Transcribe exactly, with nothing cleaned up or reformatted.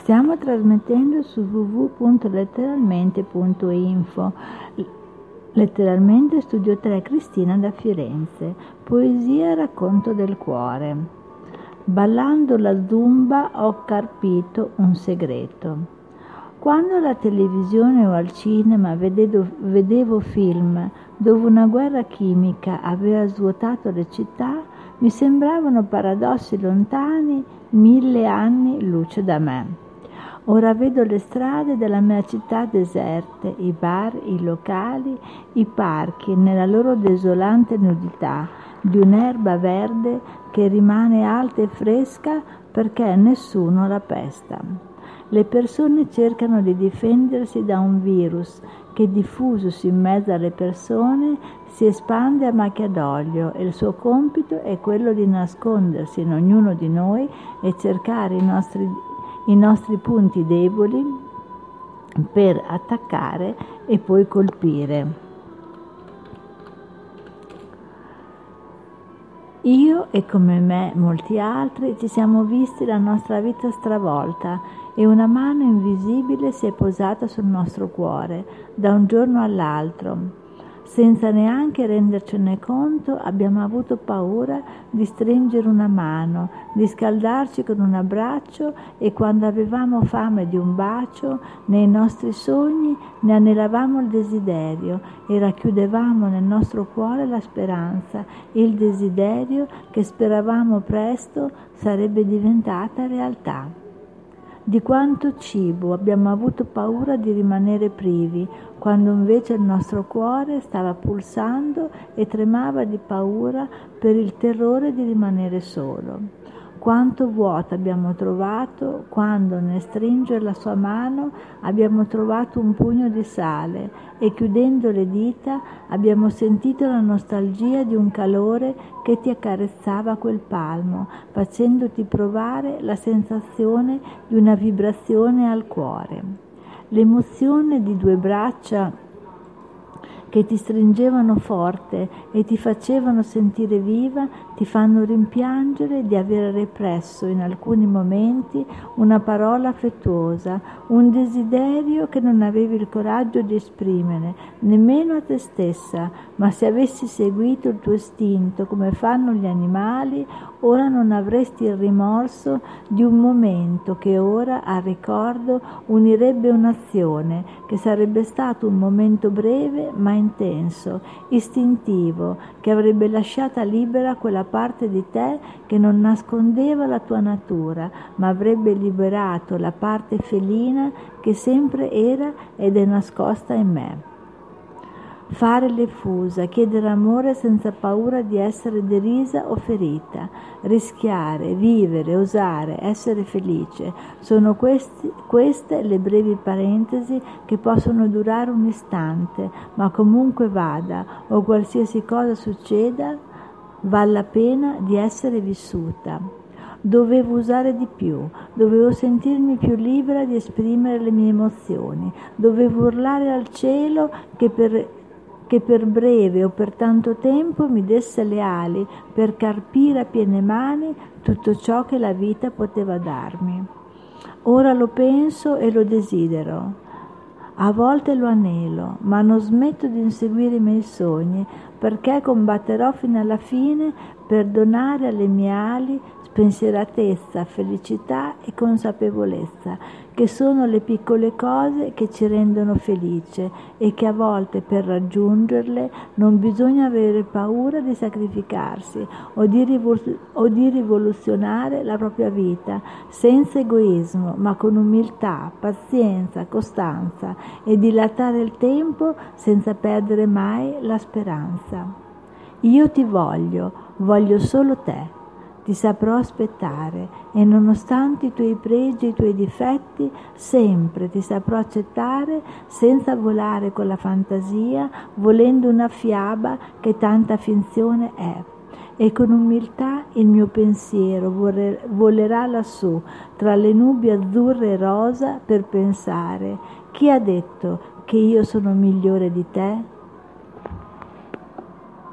Stiamo trasmettendo su w w w punto letteralmente punto info. Letteralmente studio tre, Cristina da Firenze. Poesia e racconto del cuore. Ballando la zumba ho carpito un segreto. Quando alla televisione o al cinema vedevo, vedevo film dove una guerra chimica aveva svuotato le città, mi sembravano paradossi lontani mille anni luce da me. Ora vedo le strade della mia città deserte, i bar, i locali, i parchi nella loro desolante nudità di un'erba verde che rimane alta e fresca perché nessuno la pesta. Le persone cercano di difendersi da un virus che, diffusosi in mezzo alle persone, si espande a macchia d'olio e il suo compito è quello di nascondersi in ognuno di noi e cercare i nostri, i nostri punti deboli per attaccare e poi colpire. Io e come me molti altri ci siamo visti la nostra vita stravolta e una mano invisibile si è posata sul nostro cuore da un giorno all'altro. Senza neanche rendercene conto abbiamo avuto paura di stringere una mano, di scaldarci con un abbraccio e quando avevamo fame di un bacio, nei nostri sogni ne annelavamo il desiderio e racchiudevamo nel nostro cuore la speranza, il desiderio che speravamo presto sarebbe diventata realtà. Di quanto cibo abbiamo avuto paura di rimanere privi, quando invece il nostro cuore stava pulsando e tremava di paura per il terrore di rimanere solo. Quanto vuoto abbiamo trovato quando nel stringere la sua mano abbiamo trovato un pugno di sale e chiudendo le dita abbiamo sentito la nostalgia di un calore che ti accarezzava quel palmo, facendoti provare la sensazione di una vibrazione al cuore. L'emozione di due braccia che ti stringevano forte e ti facevano sentire viva, ti fanno rimpiangere di aver represso in alcuni momenti una parola affettuosa, un desiderio che non avevi il coraggio di esprimere, nemmeno a te stessa, ma se avessi seguito il tuo istinto come fanno gli animali, ora non avresti il rimorso di un momento che ora al ricordo unirebbe un'azione, che sarebbe stato un momento breve ma intenso, istintivo, che avrebbe lasciata libera quella parte di te che non nascondeva la tua natura, ma avrebbe liberato la parte felina che sempre era ed è nascosta in me. Fare le fusa, chiedere amore senza paura di essere derisa o ferita, rischiare, vivere, osare, essere felice. Sono questi, queste le brevi parentesi che possono durare un istante, ma comunque vada o qualsiasi cosa succeda, vale la pena di essere vissuta. Dovevo usare di più, dovevo sentirmi più libera di esprimere le mie emozioni, dovevo urlare al cielo che per che per breve o per tanto tempo mi desse le ali per carpire a piene mani tutto ciò che la vita poteva darmi. Ora lo penso e lo desidero. A volte lo anelo, ma non smetto di inseguire i miei sogni, perché combatterò fino alla fine per donare alle mie ali spensieratezza, felicità e consapevolezza, che sono le piccole cose che ci rendono felice e che a volte per raggiungerle non bisogna avere paura di sacrificarsi o di, rivol- o di rivoluzionare la propria vita, senza egoismo, ma con umiltà, pazienza, costanza e dilatare il tempo senza perdere mai la speranza. Io ti voglio, voglio solo te. Ti saprò aspettare e nonostante i tuoi pregi e i tuoi difetti sempre ti saprò accettare senza volare con la fantasia volendo una fiaba che tanta finzione è. E con umiltà il mio pensiero volerà lassù tra le nubi azzurre e rosa per pensare: chi ha detto che io sono migliore di te?